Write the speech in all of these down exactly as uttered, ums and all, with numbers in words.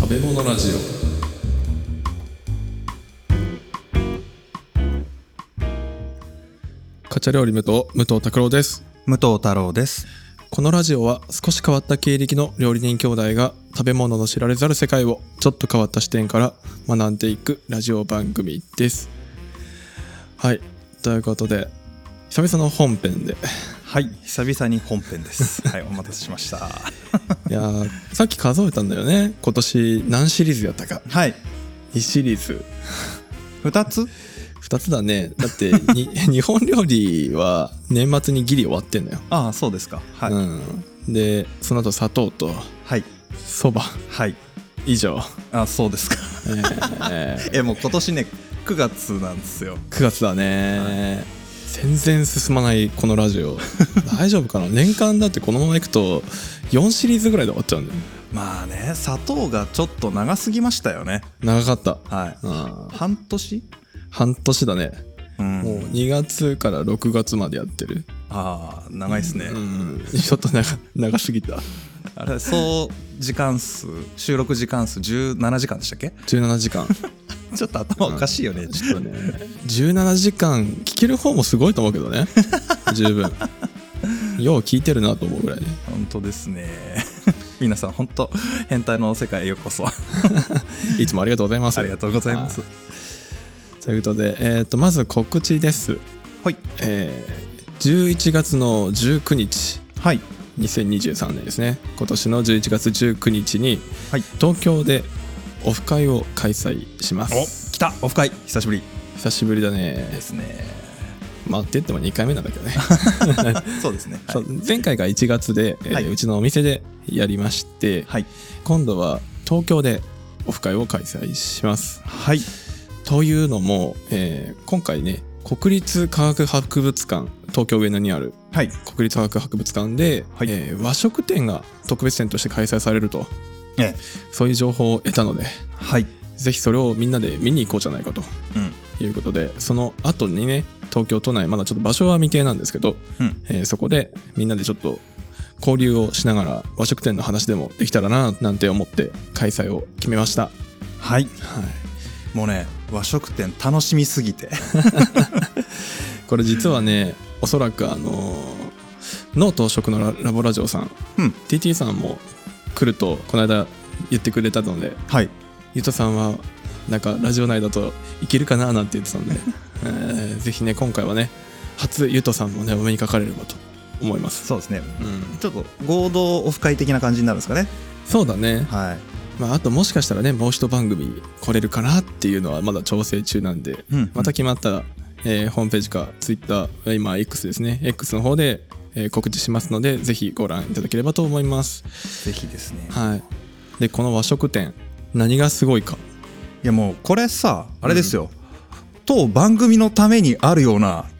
食べ物ラジオ。カチャ料理無糖、武藤拓郎です。 武藤太郎です。 このラジオは少し変わった経歴の料理人兄弟が食べ物の知られざる世界をちょっと変わった視点から学んでいくラジオ番組です。はい、ということで久々の本編で、 はい、久々に本編ですはい、お待たせしましたいやー、さっき数えたんだよね。今年何シリーズやったか。 はい、 いちシリーズふたつふたつだね。だってに日本料理は年末にギリ終わってんのよ。 ああ、そうですか。はい、 うん、でその後砂糖とはいそば、 はい、 以上。 ああ、そうですかえー、 えもう今年ねくがつなんですよ。 くがつだね、はい、全然進まないこのラジオ大丈夫かな。年間だってこのままいくとよんシリーズぐらいで終わっちゃうんだよ。 まあね、砂糖がちょっと長すぎましたよね。 長かった。 はい、うん、半年半年だね、うん、もうにがつからろくがつまでやってる。 ああ、長いですね、うん、 ちょっと 長, 長すぎた。 あれ、総時間数、収録時間数じゅうななじかんでしたっけ。 じゅうななじかんちょっと頭おかしいよね、うん、ちょっとねじゅうななじかん聞ける方もすごいと思うけどね十分よう聞いてるなと思うぐらいね。 本当ですね皆さん本当変態の世界へようこそいつもありがとうございます。 ありがとうございます。 ということで、えー、とまず告知です。 はい、 えー、じゅういちがつのじゅうくにち、 はい、 にせんにじゅうさんねんですね。今年のじゅういちがつじゅうくにちに、はい、東京でオフ会を開催します。 お、来た、オフ会久しぶり。 久しぶりだね。 ですね。 まあって言ってもにかいめなんだけどねそうですね、はい、 そう、前回がいちがつで、えーはい、うちのお店でやりまして、はい、今度は東京でオフ会を開催します。 はい。 というのも、えー、今回ね、国立科学博物館、東京上野にある国立科学博物館で、はい、えー、和食展が特別展として開催されると、ええ、そういう情報を得たので、はい、ぜひそれをみんなで見に行こうじゃないかと、うん、いうことで、その後にね、東京都内、まだちょっと場所は未定なんですけど、うん、えー、そこでみんなでちょっと交流をしながら和食店の話でもできたらななんて思って開催を決めました。 はい、はい、もうね、和食店楽しみすぎてこれ実はね、おそらくあのノート食の ラ, ラボラジオさん、うん、ティーティー さんも来るとこの間言ってくれたので、はい、ゆとさんはなんかラジオ内だといけるかななんて言ってたのでえー、ぜひね、今回はね、初ゆとさんもね、お目にかかれればと思います。 そうですね、うん、ちょっと合同オフ会的な感じになるんですかね。 そうだね、 はい。 まあ、あともしかしたらね、もう一番組来れるかなっていうのはまだ調整中なんで、うんうん、また決まったら、えー、ホームページかツイッター、今 X ですね、 X の方で、えー、告知しますので、ぜひご覧いただければと思います。 ぜひですね。 はい。で、この和食店何がすごいか。 いや、もうこれさ、あれですよ、うん、当番組のためにあるような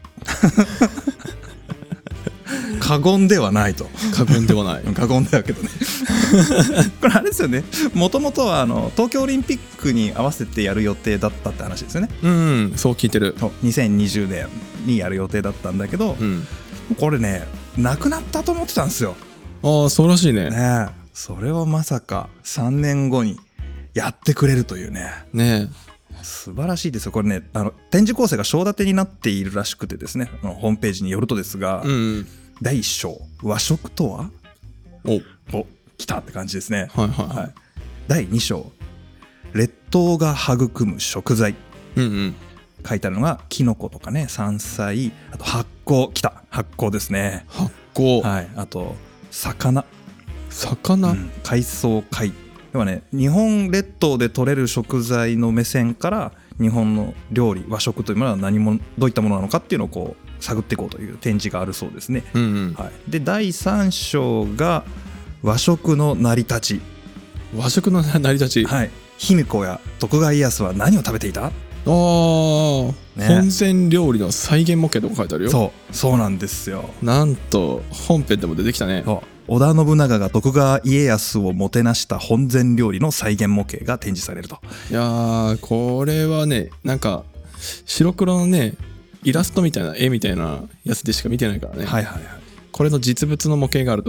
過言ではないと。 過言ではない過言だけどねこれあれですよね、もともとはあの東京オリンピックに合わせてやる予定だったって話ですよね。 うん、そう聞いてる。 にせんにじゅうねんにやる予定だったんだけど、うん、これね、なくなったと思ってたんですよ。 ああ、そうらしいね。 ねえ、それをまさかさんねんごにやってくれるというね。 ねえ、 素晴らしいですよ。これね、あの展示構成が章立てになっているらしくてですね、ホームページによるとですが、うん、だいいっ章、和食とは、おお来たって感じですね。はいはいはい。だいに章、列島が育む食材、うんうん、書いてあるのがキノコとかね、山菜、あと発酵、来た、発酵ですね。 発酵、 はい、あと魚、 魚、うん、 海藻貝。ではね、日本列島で採れる食材の目線から日本の料理、和食というものは何もどういったものなのかっていうのをこう探っていこうという展示があるそうですね。うんうん、はい、でだいさん章が和食の成り立ち。 和食の成り立ち、 はい、卑弥呼や徳川家康は何を食べていた？あー、ね、本膳料理の再現模型とか書いてあるよ。 そうそうなんですよ。 なんと本編でも出てきたね。 そう、織田信長が徳川家康をもてなした本膳料理の再現模型が展示されると。 いやー、これはね、なんか白黒のね、イラストみたいな絵みたいなやつでしか見てないからね。はいはいはい。これの実物の模型があると。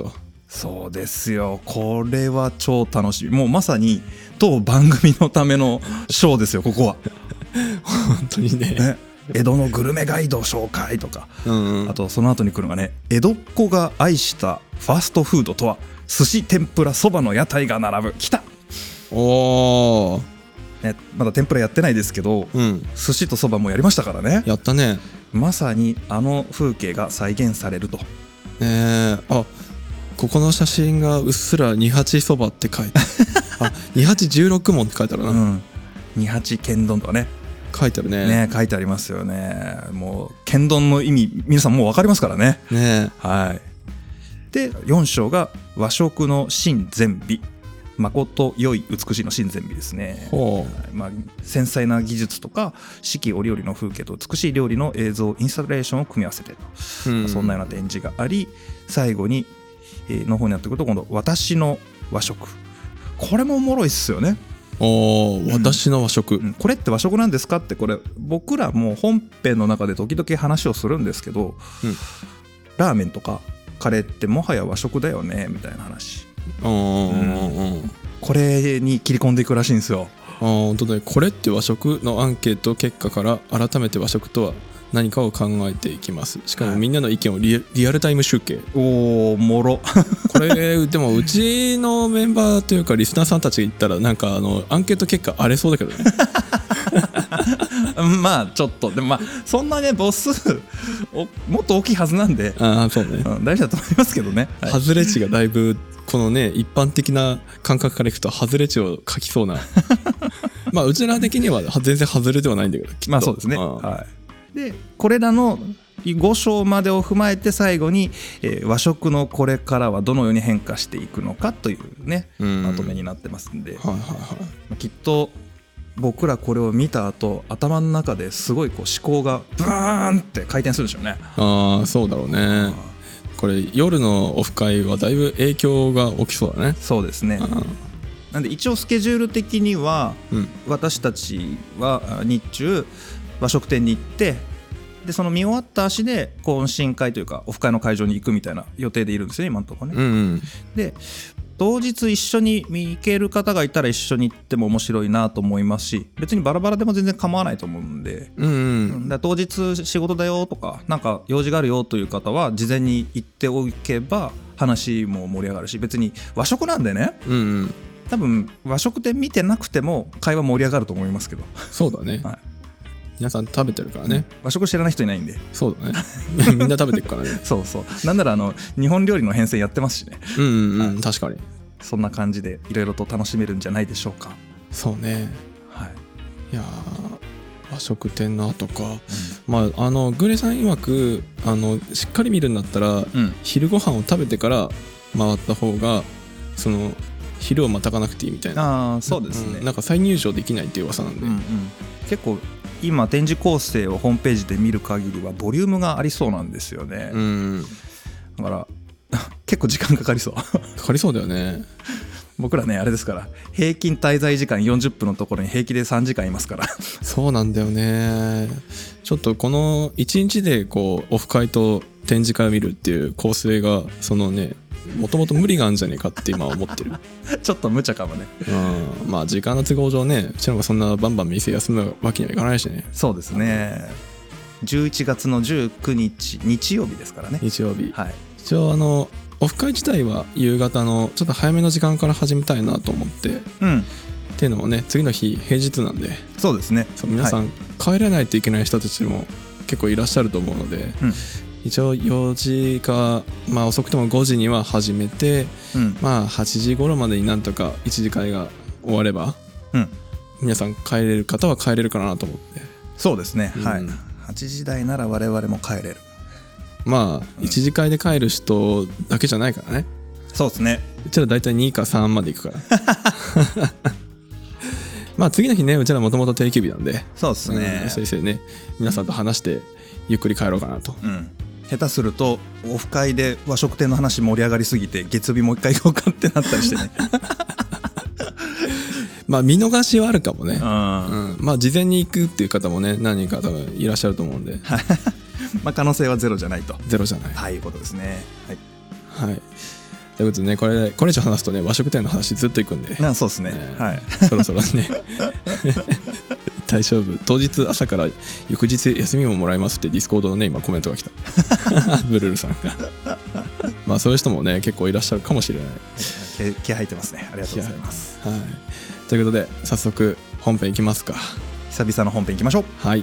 そうですよ、これは超楽しみ。もうまさに当番組のためのショーですよここは本当に ね, ね江戸のグルメガイド紹介とか、 うんうん、 あとその後に来るのがね、江戸っ子が愛したファストフードとは、寿司天ぷらそばの屋台が並ぶ。来た。 おー、 ね、まだ天ぷらやってないですけど、うん、寿司とそばもやりましたからね。 やったね。 まさにあの風景が再現されると。 えー、あ、ここの写真がうっすらにはちそばって書いてあ、にはちじゅうろくもんって書いてあるな、うん、 にはち剣丼とかね書いてある ね, ね書いてありますよね。もう剣丼の意味皆さんもう分かりますからね。 ね、 はい。でよん章が和食の真善美、誠良い美しいの真善美ですね。 ほう、まあ、繊細な技術とか四季折々の風景と美しい料理の映像インスタレーションを組み合わせてと、うん、そんなような展示があり、最後に、えー、の方になってくると今度私の和食、これもおもろいっすよね。 おー、私の和食、 うん、これって和食なんですかって、これ僕らも本編の中で時々話をするんですけど、うん、ラーメンとかカレーってもはや和食だよねみたいな話、 うん、 これに切り込んでいくらしいんですよ。 あ、本当だね。これって和食のアンケート結果から改めて和食とは何かを考えていきます。しかもみんなの意見を リ, リアルタイム集計。 おー、もろこれでもうちのメンバーというかリスナーさんたちが言ったらなんかあのアンケート結果荒れそうだけどねまあちょっとでもまあそんなね母数もっと大きいはずなんで、 あ、そうね、 うん、大事だと思いますけどね、 はい、外れ値がだいぶこのね一般的な感覚からいくと外れ値を書きそうなまあうちら的には全然外れではないんだけど、きっと。 まあそうですね、はい。でこれらのご章までを踏まえて最後に、えー、和食のこれからはどのように変化していくのかというね、うん、まとめになってますんで、はいはいはい、きっと僕らこれを見た後頭の中ですごいこう思考がブーンって回転するでしょうね。 ああ、そうだろうね。これ夜のオフ会はだいぶ影響が起きそうだね。 そうですね。なんで一応スケジュール的には、うん、私たちは日中和食店に行って、でその見終わった足で懇親会というかオフ会の会場に行くみたいな予定でいるんですよね、今のところね、うんうん、で当日一緒に行ける方がいたら一緒に行っても面白いなと思いますし、別にバラバラでも全然構わないと思うんで、うんうん、だ当日仕事だよとかなんか用事があるよという方は事前に行っておけば話も盛り上がるし、別に和食なんでね、うんうん、多分和食店見てなくても会話盛り上がると思いますけど。 そうだね、はい、皆さん食べてるからね、 和食知らない人いないんで。 そうだねみんな食べてるからねそうそう、なんならあの日本料理の編成やってますしね。 うんうん、うん、確かにそんな感じでいろいろと楽しめるんじゃないでしょうか。 そうね、はい、いや和食店の後か、うん、まああのグレさん曰くあのしっかり見るんだったら、うん、昼ご飯を食べてから回った方がその昼をまたがなくていいみたいな。 あ、そうですね、 うん、なんか再入場できないっていう噂なんで、うんうん、 結構今展示構成をホームページで見る限りはボリュームがありそうなんですよね、うん、だから結構時間かかりそうかかりそうだよね。 僕らねあれですから、平均滞在時間よんじゅっぷんのところに平気でさんじかんいますからそうなんだよね。ちょっとこのいちにちでこうオフ会と展示会を見るっていう構成がそのねもともと無理があるんじゃねえかって今思ってるちょっと無茶かもね、 うん、まあ時間の都合上ねうちの方がそんなバンバン店休むわけにはいかないしね。 そうですね、じゅういちがつのじゅうくにち日曜日ですからね。 日曜日、はい、一応あのオフ会自体は夕方のちょっと早めの時間から始めたいなと思って、うん、っていうのもね次の日平日なんで。 そうですね、 そう皆さん、はい、帰らないといけない人たちも結構いらっしゃると思うので、うん、一応よじか、まあ、遅くてもごじには始めて、うん、まあはちじ頃までになんとかいちじ会が終われば、うん、皆さん帰れる方は帰れるかなと思って。 そうですね、うん、はい、はちじ台なら我々も帰れる。 まあいちじ会で帰る人だけじゃないからね。 そうですね、 うちらだいたいにかさんまで行くからまあ次の日ねうちらもともと定休日なんで。 そうですね、 うん、先生ね皆さんと話してゆっくり帰ろうかなと、うん、 下手するとオフ会で和食店の話盛り上がりすぎて月曜日もう一回行こうかってなったりしてねまあ見逃しはあるかもね、うん、まあ事前に行くっていう方もね何人か多分いらっしゃると思うんでまあ可能性はゼロじゃないと。 ゼロじゃないはいいうことですね。 はい、はい、 ということでね、これこれ以上話すとね和食店の話ずっといくんで、 あそうですね、 えーはい、 そろそろね大丈夫、当日朝から翌日休みももらいますってディスコードのね今コメントが来たブルルさんがまあそういう人もね結構いらっしゃるかもしれない。 気, 気入ってますね。ありがとうございます、 はい、ということで早速本編いきますか。 久々の本編いきましょう。 はい。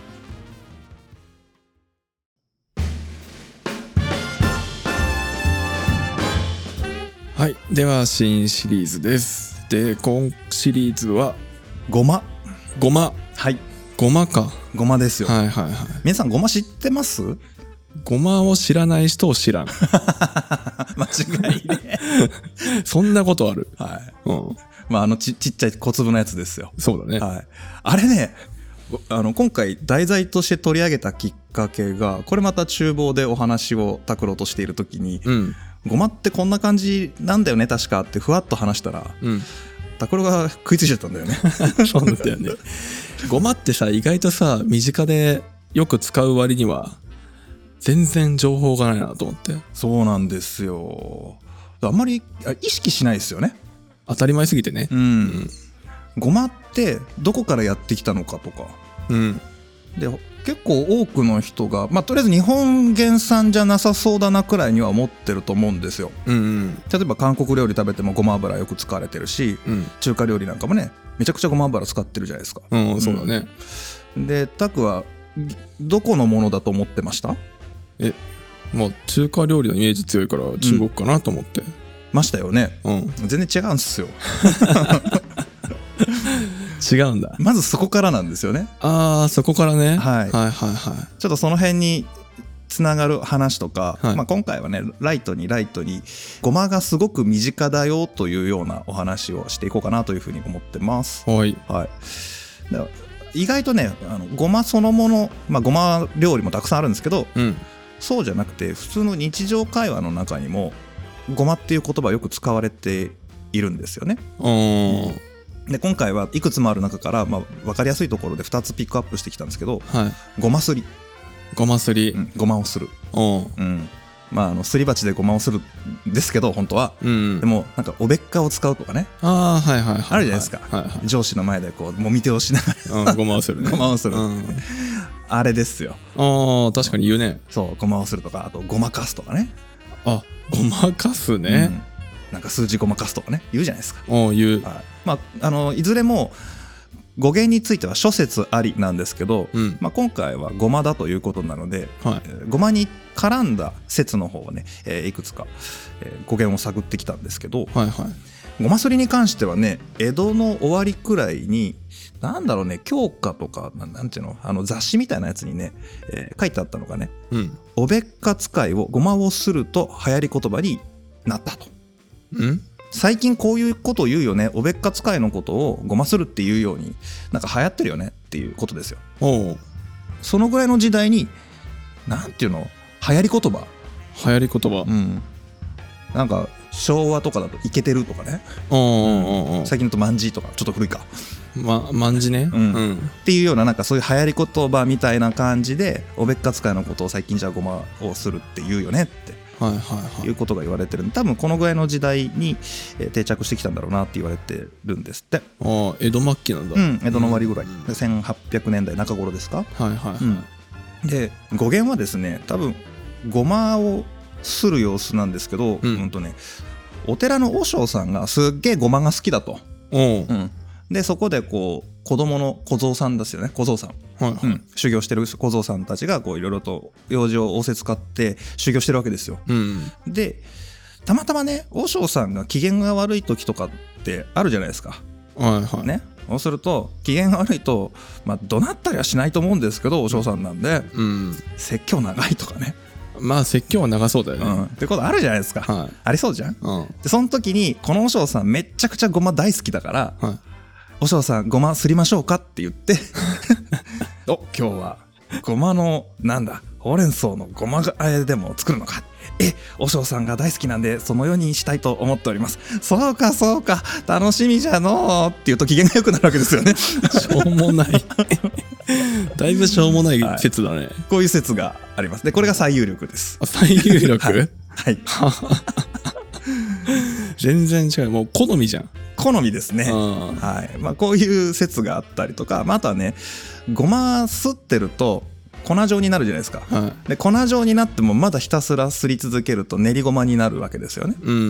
はい、では新シリーズです。で今シリーズはごま。 ごま。 はい。 ごまか。 ごまですよ。 はいはいはい。 皆さんごま知ってます？ ごまを知らない人を知らん。 間違いね。 そんなことある。 はい。 うん。 まああのちちっちゃい小粒のやつですよ。 そうだね。 はい。あれね、あの今回題材として取り上げたきっかけが、これまた厨房でお話を拓郎としている時に、うん、ごまってこんな感じなんだよね確かってふわっと話したら、うん、拓郎が食いついちゃったんだよね。 そうなんだよね。ごまってさ意外とさ身近でよく使う割には全然情報がないなと思って。 そうなんですよ。あんまり意識しないですよね。 当たり前すぎてね。 うん。うん、ごまってどこからやってきたのかとか。うん。で結構多くの人が、まあ、とりあえず日本原産じゃなさそうだなくらいには思ってると思うんですよ。うんうん、例えば韓国料理食べてもごま油よく使われてるし、うん、中華料理なんかもねめちゃくちゃごま油使ってるじゃないですか。 うん、そうだね。 うん、でタクはどこのものだと思ってました？ え、まあ中華料理のイメージ強いから中国かなと思って、うん、 ましたよね。うん、全然違うんですよ。 違うんだ。 まずそこからなんですよね。 ああ、そこからね、 はい、 はいはいはい。 ちょっとその辺につながる話とか、はい、まあ、今回はねライトにライトにごまがすごく身近だよというようなお話をしていこうかなというふうに思ってます。 はい、 はい、意外とねあのごまそのもの、まあ、ごま料理もたくさんあるんですけど、うん、そうじゃなくて普通の日常会話の中にもごまっていう言葉よく使われているんですよね。うんで今回はいくつもある中から、まあ、分かりやすいところでふたつピックアップしてきたんですけど、はい、ごますりごますり、 うん、ごまをする、うん、まああのすり鉢でごまをするんですけど本当は、うん、でもなんかおべっかを使うとかね、 あ、はいはいはい、 あるじゃないですか、はいはい、上司の前でこうもみ手をしながら、 うん、ごまをする、ね、 ごまをする、うん、あれですよ。 あ、確かに言うね。 そうごまをするとか、あとごまかすとかね。 あ、ごまかすね、 うん、なんか数字ごまかすとかね言うじゃないですか。 お言う、 はい、まあ、あのいずれも語源については諸説ありなんですけど、うん、まあ、今回はごまだということなので、はい、ごまに絡んだ説の方をね、えー、いくつか、えー、語源を探ってきたんですけど、はいはい、ごますりに関してはね江戸の終わりくらいになんだろうね教科とか な, なんていうのあの雑誌みたいなやつにね、えー、書いてあったのがね、うん、おべっか使いをごまをすると流行り言葉になったと。ん最近こういうことを言うよね、おべっか使いのことをごまするっていうようになんか流行ってるよねっていうことですよ。おそのぐらいの時代になんていうの流行り言葉流行り言葉、 うん、なんか昭和とかだとイケてるとかね、おうおうおう最近だとまんじとかちょっと古いか、 ま、まんじね、うんうん、 っていうようななんかそういう流行り言葉みたいな感じでおべっか使いのことを最近じゃあごまをするって言うよねってはいはいはい、いうことが言われてるんで、多分このぐらいの時代に定着してきたんだろうなって言われてるんですって。 ああ、江戸末期なんだ。 うん、江戸の終わりぐらい、うん、せんはっぴゃくねんだいなか頃ですか。はいはいはい、うん、で語源はですね多分ごまをする様子なんですけど、うん、うんとね、お寺の和尚さんがすっげえごまが好きだと。うん、でそこでこう子供の小僧さんですよね、小僧さん、はいはい、うん、修行してる小僧さんたちがこういろいろと用事を仰せ使って修行してるわけですよ、うん、でたまたまね和尚さんが機嫌が悪い時とかってあるじゃないですか、はいはいね、そうすると機嫌が悪いと、まあ、怒鳴ったりはしないと思うんですけど和尚さんなんで、うん、説教長いとかね、 まあ説教は長そうだよね、うん、 ってことあるじゃないですか、はい、ありそうじゃん、うん、でその時にこの和尚さんめっちゃくちゃごま大好きだから、はい、和尚さんごますりましょうかって言ってお今日はごまのなんだほうれん草のごまあえでも作るのか、え和尚さんが大好きなんでそのようにしたいと思っております。そうかそうか楽しみじゃのって言うと機嫌が良くなるわけですよね。しょうもないだいぶしょうもない説だね、はい、 こういう説があります。でこれが最有力です。 最有力、 はい、はい全然違う。もう好みじゃん。 好みですね。はい。まあこういう説があったりとか、まあ、あとはね、ごますってると粉状になるじゃないですか。はい、で粉状になってもまだひたすらすり続けると練りごまになるわけですよね。うん、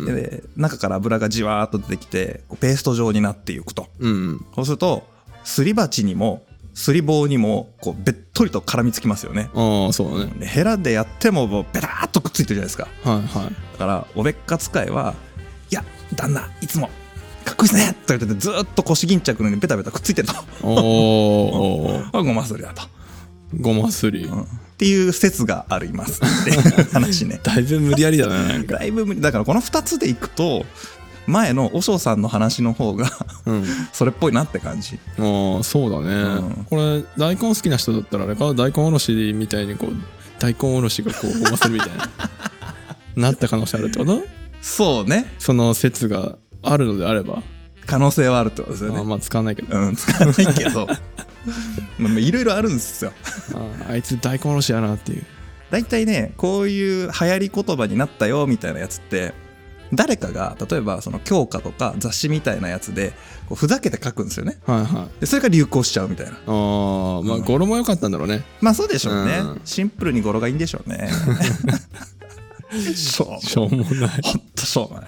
で中から油がじわーっと出てきてペースト状になっていくと。うん、そうするとすり鉢にもすり棒にもこうべっとりと絡みつきますよね。 ああ、そうだね。 ヘラでやってももうベターっとくっついてるじゃないですか。 はいはい。 だからおべっか使いはいや旦那いつもかっこいいですねと言っててずっと腰巾着のようにベタベタくっついてると。おお。ごますりだと。 ごますり、うん、 っていう説がありますっていう話ね。 だいぶ無理やりだね。なんかだいぶ無理だからこのふたつでいくと前の和尚さんの話の方が、うん、それっぽいなって感じ。 ああそうだね、うん、これ大根好きな人だったらあれか大根おろしみたいにこう大根おろしがこうごまするみたいななった可能性あるってこと？ そうね。その説があるのであれば可能性はあるってことですよね。 あまあ使わないけど、 うん、使わないけどいろいろあるんですよ。 あ, あいつ大根おろしやなっていう。 だいたいねこういう流行り言葉になったよみたいなやつって誰かが例えばその教科とか雑誌みたいなやつでこうふざけて書くんですよね。はいはい。でそれが流行しちゃうみたいな。ああまあ語呂も良かったんだろうね。 まあそうでしょうね。うん、シンプルに語呂がいいんでしょうね。 しょうしょうもない。 ほんとしょうもない。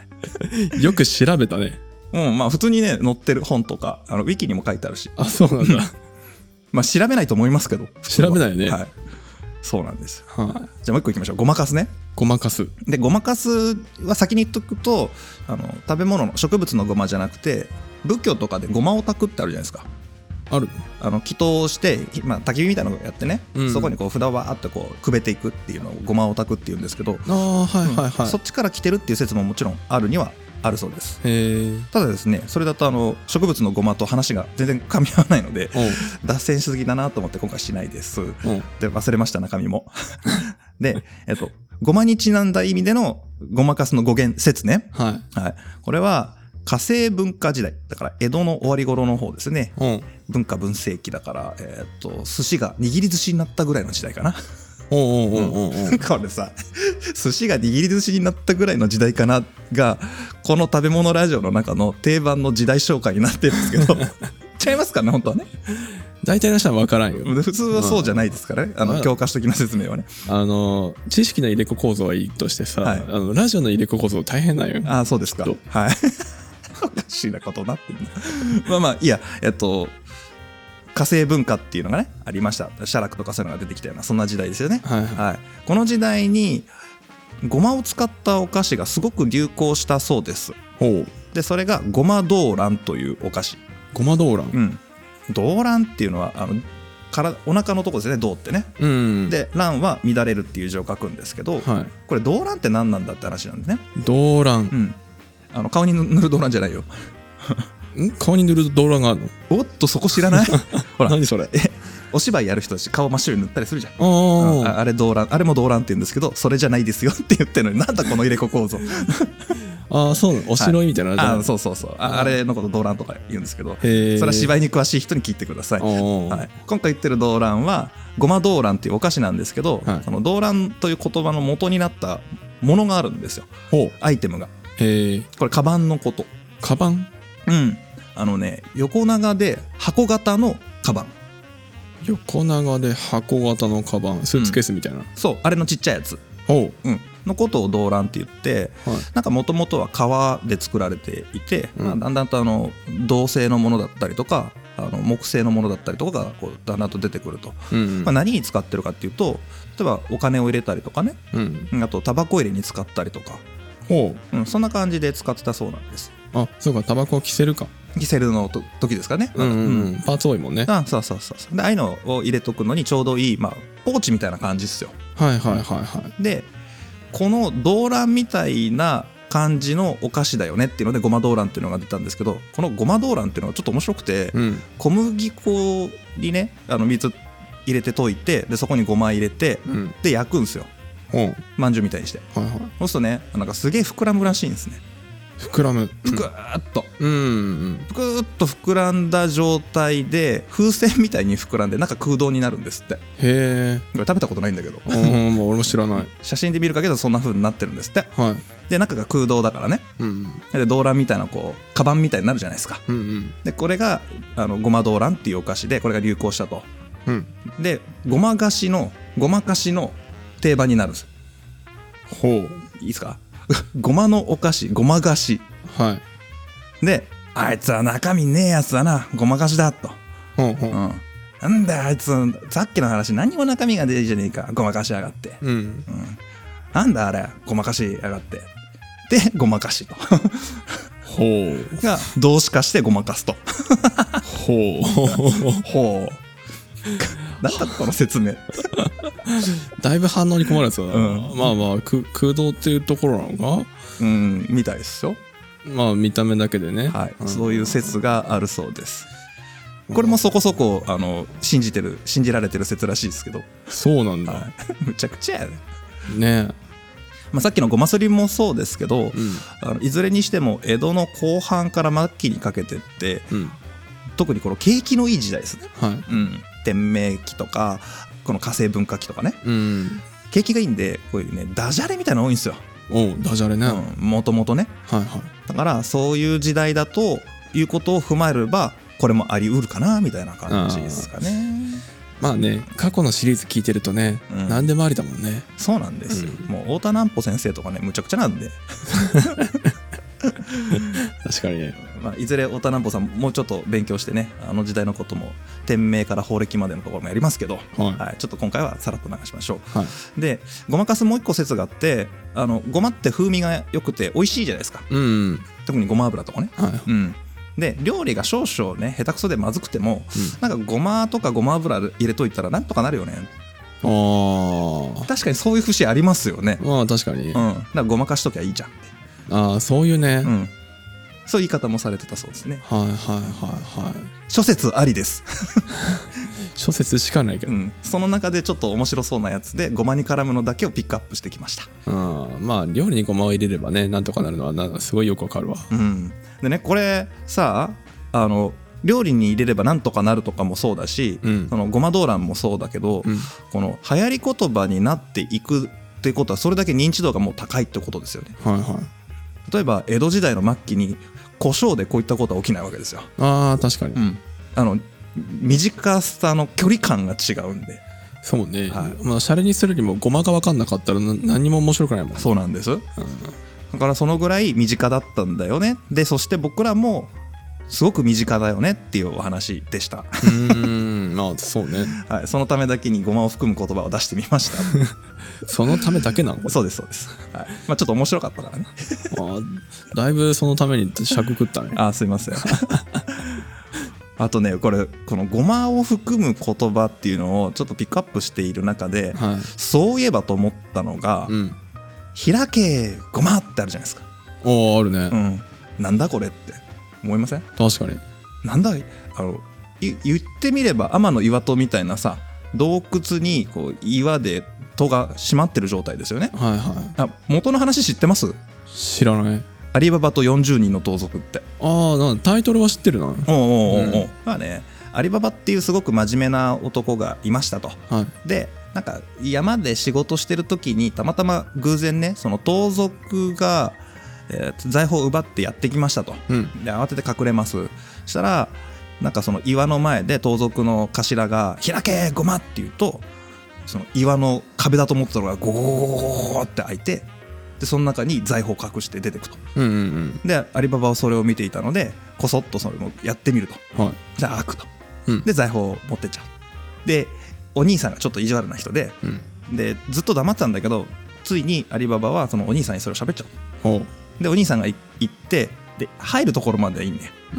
よく調べたね。 うん、まあ普通にね載ってる本とかあのウィキにも書いてあるし。 あ、そうなんだ。 まあ調べないと思いますけど。 調べないよね。 はい。そうなんです。はい。じゃあもう一個いきましょう。ごまかすね。 ごまかす。 でごまかすは先に言っとくとあの食べ物の植物のごまじゃなくて仏教とかでごまを炊くってあるじゃないですか。 ある。 あの祈祷して、まあ、焚き火みたいなのをやってね、うん、そこにこう札をわーってこうくべていくっていうのをごまを炊くっていうんですけど、 あ、はいはいはい、うん、 そっちから来てるっていう説ももちろんあるにはあるそうです。へただですねそれだとあの植物のごまと話が全然噛み合わないので脱線しすぎだなと思って今回しないです。で忘れました中身もで、えっと、ごまにちなんだ意味でのごまかすの語源説ね、はいはい、これは化政文化時代だから江戸の終わり頃の方ですね、うん、文化文世紀だから、えー、っと寿司が握り寿司になったぐらいの時代かな。おうおうおうおうおうこれさ寿司が握り寿司になったぐらいの時代かながこの食べ物ラジオの中の定番の時代紹介になってるんですけど違いますかね本当はね。 大体の人は分からんよ。 普通はそうじゃないですからね、あの教科書的な説明はね。あの知識の入れ子構造はいいとしてさ、はい、あのラジオの入れ子構造大変なんよ。 ああそうですか。はいおかしいなことになってるまあまあいいや、えっと化政文化っていうのがねありました。写楽とかそういうのが出てきたようなそんな時代ですよね。はい、はい、この時代にごまを使ったお菓子がすごく流行したそうです。ほう。でそれがごまドーランというお菓子。 ごまドーラン。 うん。ドーランっていうのはあのからお腹のとこですね。ドーってね。うん。でランは乱れるっていう字を書くんですけど、はい、これドーランって何なんだって話なんですね。 ドーラン。 うん。あの顔に塗るドーランじゃないよ。 ん顔に塗るドーランがあるの？ おっとそこ知らない？ ほら何それ？ えお芝居やる人たち顔真っ白に塗ったりするじゃん。あ, あ, あれドーランあれもドーランって言うんですけどそれじゃないですよって言ってるのになんだこの入れ子構造。 ああそうなのお城みたいな、はい、 あそうそうそう あ, あれのことドーランとか言うんですけどそれは芝居に詳しい人に聞いてください。はい、今回言ってるドーランはごまドーランっていうお菓子なんですけど、はい、そのドーランという言葉の元になったものがあるんですよ。アイテムが。へこれカバンのこと。 カバン？ うんあのね横長で箱型のカバン。 横長で箱型のカバンスーツケースみたいな、うん、 そうあれのちっちゃいやつおう、うん、のことをドーランって言って、はい、なんかもともとは革で作られていて、うんまあ、だんだんとあの銅製のものだったりとかあの木製のものだったりとかがこうだんだんと出てくると、うんうんまあ、何に使ってるかっていうと例えばお金を入れたりとかね、うん、あとタバコ入れに使ったりとかほう、うん、そんな感じで使ってたそうなんです。 あそうかタバコを着せるか着せるのと時ですかね、 うんうんうん、パーツ多いもんね。 あそうそうそうでああいうのを入れとくのにちょうどいい、まあ、ポーチみたいな感じですよ。 はいはいはいはいでこのドーランみたいな感じのお菓子だよねっていうのでごまドーランっていうのが出たんですけどこのごまドーランっていうのがちょっと面白くて、うん、小麦粉にねあの水入れて溶いてでそこにごま入れて、うん、で焼くんですよ、うん、まんじゅうみたいにして、はいはい、そうするとねなんかすげえ膨らむらしいんですね。 膨らむ。 ぷくーっと、 うん、 ぷくーっと膨らんだ状態で風船みたいに膨らんで中空洞になるんですって。 へえ。 これ食べたことないんだけどうん、もう俺も知らない。 写真で見る限りそんな風になってるんですって。 はい。 で中が空洞だからね、うん、で動乱みたいなこうカバンみたいになるじゃないですか、うんうん、でこれがあのごま動乱っていうお菓子でこれが流行したと、うん、でごま菓子のごま菓子の定番になるんです。 ほう。 いいですかごまのお菓子ごま菓子、 はい、 であいつは中身ねえやつだなごま菓子だと、ほうほう、うん、なんだよあいつさっきの話何も中身が出るじゃねえかごまかしやがって、うんうん、なんだあれごまかしやがってでごまかしとほうが動詞化してごまかすとほうほうなんだこの説明だいぶ反応に困るやつだな、うん、まあまあ空洞っていうところなのかうんみたいですよ。 まあ見た目だけでね、 はい、うん、そういう説があるそうです。これもそこそこあの信じてる信じられてる説らしいですけど。 そうなんだ、 はい、むちゃくちゃやねねえ。 まあ、さっきのごますりもそうですけど、うん、あのいずれにしても江戸の後半から末期にかけてって、うん、特にこの景気のいい時代ですね、はい、うん、天明期とかこの火星文化期とかね、うん、景気がいいんでこういうねダジャレみたいなの多いんですよ。 おうダジャレね、 もともとね、はいはい、だからそういう時代だということを踏まえればこれもあり得るかなみたいな感じですかね。 まあね過去のシリーズ聞いてるとね、うん、何でもありだもんね。 そうなんですよ、うん、もう太田南穂先生とかねむちゃくちゃなんで確かにね、 まあ、いずれ太田南穂さんもうちょっと勉強してねあの時代のことも天明から法暦までのところもやりますけど、はいはい、ちょっと今回はさらっと流しましょう、はい、でごまかすもう一個説があってあのごまって風味が良くて美味しいじゃないですか、うんうん、特にごま油とかね、はい、うん、で料理が少々ね下手くそでまずくても、うん、なんかごまとかごま油入れといたらなんとかなるよね。あ確かにそういう節ありますよね。 まあ確かに、うん、だからごまかしときゃいいじゃんって。 ああそういうね、うん、 そういう言い方もされてたそうですね。 はいはいはいはい。 諸説ありです諸説しかないけど、うん、 その中でちょっと面白そうなやつでごまに絡むのだけをピックアップしてきました。 あまあ料理にごまを入れればねなんとかなるのはなんかすごいよくわかるわ、 うん、でねこれさあの料理に入れればなんとかなるとかもそうだし、うん、そのごま動乱もそうだけど、うん、この流行り言葉になっていくってことはそれだけ認知度がもう高いってことですよね。はいはい、例えば江戸時代の末期に胡椒でこういったことは起きないわけですよ。 あー確かに、うん、あの短さの距離感が違うんで。 そうね、はい、まあシャレにするにもごまが分かんなかったら何も面白くないもんね。 そうなんです、うん、だからそのぐらい身近だったんだよね。でそして僕らもすごく身近だよねっていうお話でした。うーんまあそうね、 はい、そのためだけにごまを含む言葉を出してみましたそのためだけなの？ そうですそうです、はい、まあ、ちょっと面白かったからねあだいぶそのために尺食ったねあすいませんあとねこれこのごまを含む言葉っていうのをちょっとピックアップしている中で、はい、そういえばと思ったのが、うん、開けごまってあるじゃないですか。 おーあるね、 うん、なんだこれって思いません？ 確かに。 なんだあの言ってみれば天の岩戸みたいなさ洞窟にこう岩で戸が閉まってる状態ですよね。はいはい。あ元の話知ってます？ 知らない。 アリババとよんじゅうにんの盗賊って。 ああなんタイトルは知ってるな。おうおうおう、 うん、まあねアリババっていうすごく真面目な男がいましたと。はい、でなんか山で仕事してる時にたまたま偶然ねその盗賊がえー、財宝を奪ってやってきましたと、うん、で慌てて隠れます。そしたらなんかその岩の前で盗賊の頭が開けごまって言うとその岩の壁だと思ってたのがゴゴゴゴゴゴって開いてでその中に財宝を隠して出てくと、うんうんうん、でアリババはそれを見ていたのでこそっとそれもやってみると、はい、じゃあ開くと、うん、で財宝を持ってっちゃう。でお兄さんがちょっと意地悪な人で、うん、でずっと黙ってたんだけどついにアリババはそのお兄さんにそれを喋っちゃう。ほうでお兄さんが行ってで入るところまではいいんだよ、うん、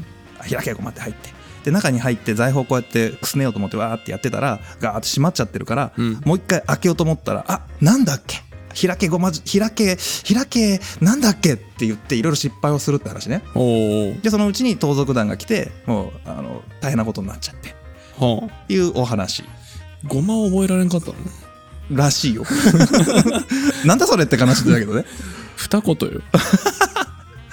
開けごまって入ってで中に入って財宝こうやってくすねようと思ってわーってやってたらガーッと閉まっちゃってるから、うん、もう一回開けようと思ったらあなんだっけ開けごま開け開けなんだっけって言っていろいろ失敗をするって話ね。おでそのうちに盗賊団が来てもうあの大変なことになっちゃって、はあ、いうお話。 ごまを覚えられんかったのらしいよなんだそれって話だけどね二言よ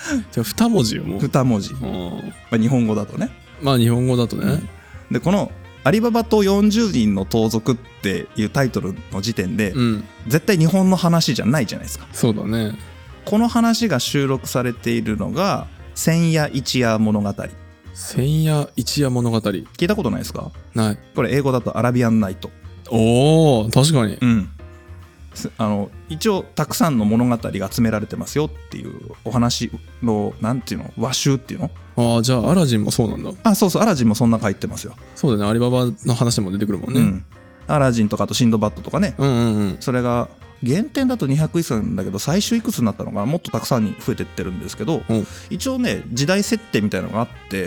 じゃに文字よもう。 に文字、まあ、日本語だとね。 まあ日本語だとね、うん、 でこのアリババとよんじゅうにんの盗賊っていうタイトルの時点で、うん、絶対日本の話じゃないじゃないですか。 そうだね。 この話が収録されているのが千夜一夜物語。 千夜一夜物語聞いたことないですか？ ない。 これ英語だとアラビアンナイト。 おー、確かに。 うん。あの一応たくさんの物語が集められてますよっていうお話のなんていうの和集っていうの。 ああ、じゃあアラジンもそうなんだ。 あ、そうそう、アラジンもそんな入ってますよ。 そうだね、アリババの話も出てくるもんね、うん、 アラジンとかあとシンドバッドとかね、 うんうんうん、 それが原点だとにひゃくいくつなんだけど最終いくつになったのかな、もっとたくさんに増えてってるんですけど、うん、一応ね時代設定みたいなのがあって、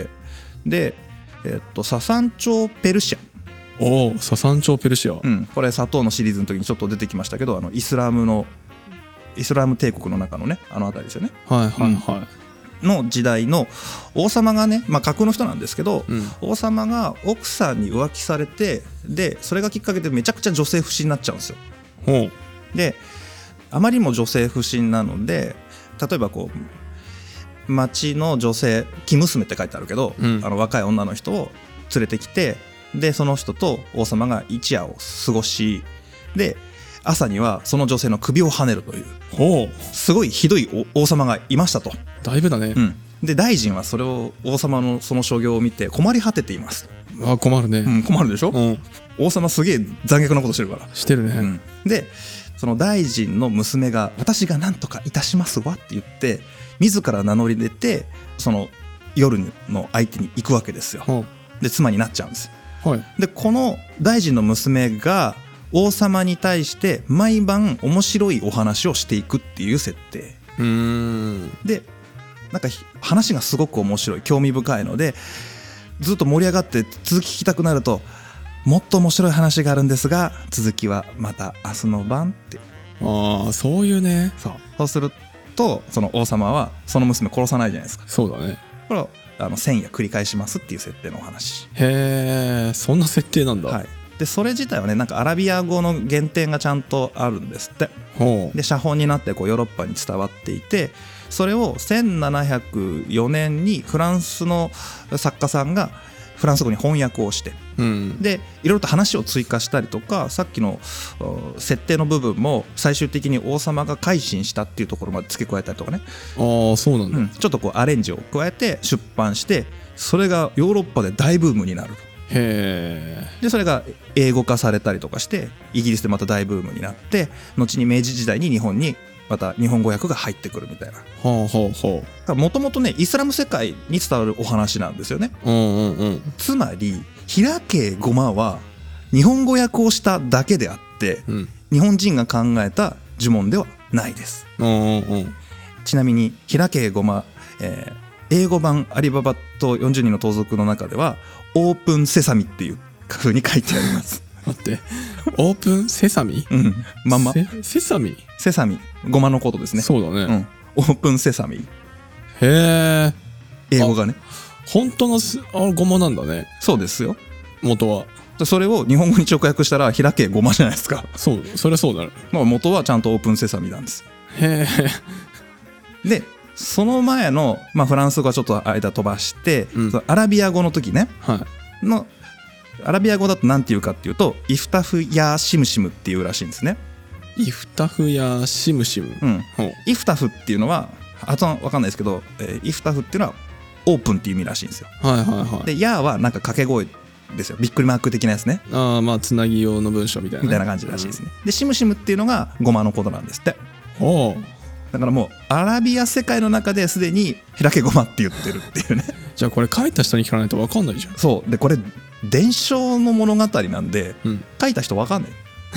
で、えっとササン朝ペルシア。 おお、ササン朝ペルシア、 うん、これ砂糖のシリーズの時にちょっと出てきましたけど、あのイスラムのイスラム帝国の中のねあの辺りですよね。 はいはいはい、 うん、の時代の王様がね、まあ架空の人なんですけど、うん、王様が奥さんに浮気されて、でそれがきっかけでめちゃくちゃ女性不信になっちゃうんですよ。 ほうであまりにも女性不信なので、例えばこう町の女性生娘って書いてあるけど、うん、あの若い女の人を連れてきて、でその人と王様が一夜を過ごし、で朝にはその女性の首をはねるという、 ほう、 すごいひどい王様がいましたと。 だいぶだね、 うん、で大臣はそれを王様のその所業を見て困り果てています。 あ、困るね、 うん、困るでしょ、うん、王様すげえ残虐なことしてるからしてるね、 うん、でその大臣の娘が私が何とかいたしますわって言って自ら名乗り出てその夜の相手に行くわけですよ、うん、で妻になっちゃうんです、はい、でこの大臣の娘が王様に対して毎晩面白いお話をしていくっていう設定。 うーんでなんか話がすごく面白い、興味深いのでずっと盛り上がって続き聞きたくなると、もっと面白い話があるんですが続きはまた明日の晩って。 ああ、そういうね。 そう、そうするとその王様はその娘殺さないじゃないですか。 そうだね。 これをあの千夜繰り返しますっていう設定のお話。 へえ、そんな設定なんだ。 はい。でそれ自体はねなんかアラビア語の原点がちゃんとあるんですって。 ほう。 で写本になってこうヨーロッパに伝わっていて、それをせんななひゃくよねんにフランスの作家さんがフランス語に翻訳をして、うん、でいろいろと話を追加したりとか、さっきの設定の部分も最終的に王様が改心したっていうところまで付け加えたりとかね。 ああ、そうなんだ、 うん、ちょっとこうアレンジを加えて出版して、それがヨーロッパで大ブームになると。 へでそれが英語化されたりとかしてイギリスでまた大ブームになって、後に明治時代に日本にまた日本語訳が入ってくるみたいな。 ほうほうほう。もともとねイスラム世界に伝わるお話なんですよね、 うんうんうん、 つまり平家ごまは日本語訳をしただけであって、うん、日本人が考えた呪文ではないです、 うんうんうん、 ちなみに平家ごま、えー、英語版アリババとよんじゅうにんの盗賊の中ではオープンセサミっていう風に書いてあります待って、オープンセサミ、 うん、まんまセ, セサミセサミごまのことですね。 そうだね、 うん、オープンセサミ。 へえ。 英語がね本当のあごまなんだね。 そうですよ、 元は。 それを日本語に直訳したら平家ごまじゃないですか。 そう、それそうだね。 まあ元はちゃんとオープンセサミなんです。 へえ。でその前の、まあ、フランス語はちょっと間飛ばして、うん、そのアラビア語の時ね、 はい、 のアラビア語だと何て言うかっていうとイフタフヤーシムシムっていうらしいんですね。 イフタフヤーシムシム、 うん、イフタフっていうのは発音わかんないですけど、えー、イフタフっていうのはオープンっていう意味らしいんですよ。 はいはいはい。 でヤーはなんか掛け声ですよ、びっくりマーク的なやつね。 ああ、まあつなぎ用の文章みたいな、ね、 みたいな感じらしいですね、うん、でシムシムっていうのがゴマのことなんですって。 おだからもうアラビア世界の中ですでに平家ごまって言ってるっていうねじゃあこれ書いた人に聞かないと分かんないじゃん。 そうでこれ伝承の物語なんで、うん、書いた人分かんない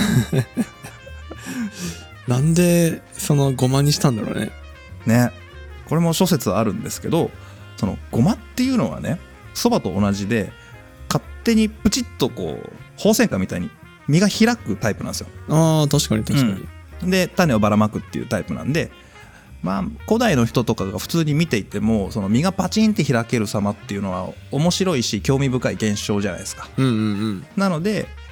なんでそのごまにしたんだろうね。 ね、これも諸説あるんですけど、そのごまっていうのはねそばと同じで勝手にプチッとこうホウセンカみたいに実が開くタイプなんですよ。 あー確かに確かに、 うん、で種をばらまくっていうタイプなんで、まあ古代の人とかが普通に見ていてもその実がパチンって開ける様っていうのは面白いし興味深い現象じゃないですか、 うんうんうん、 なので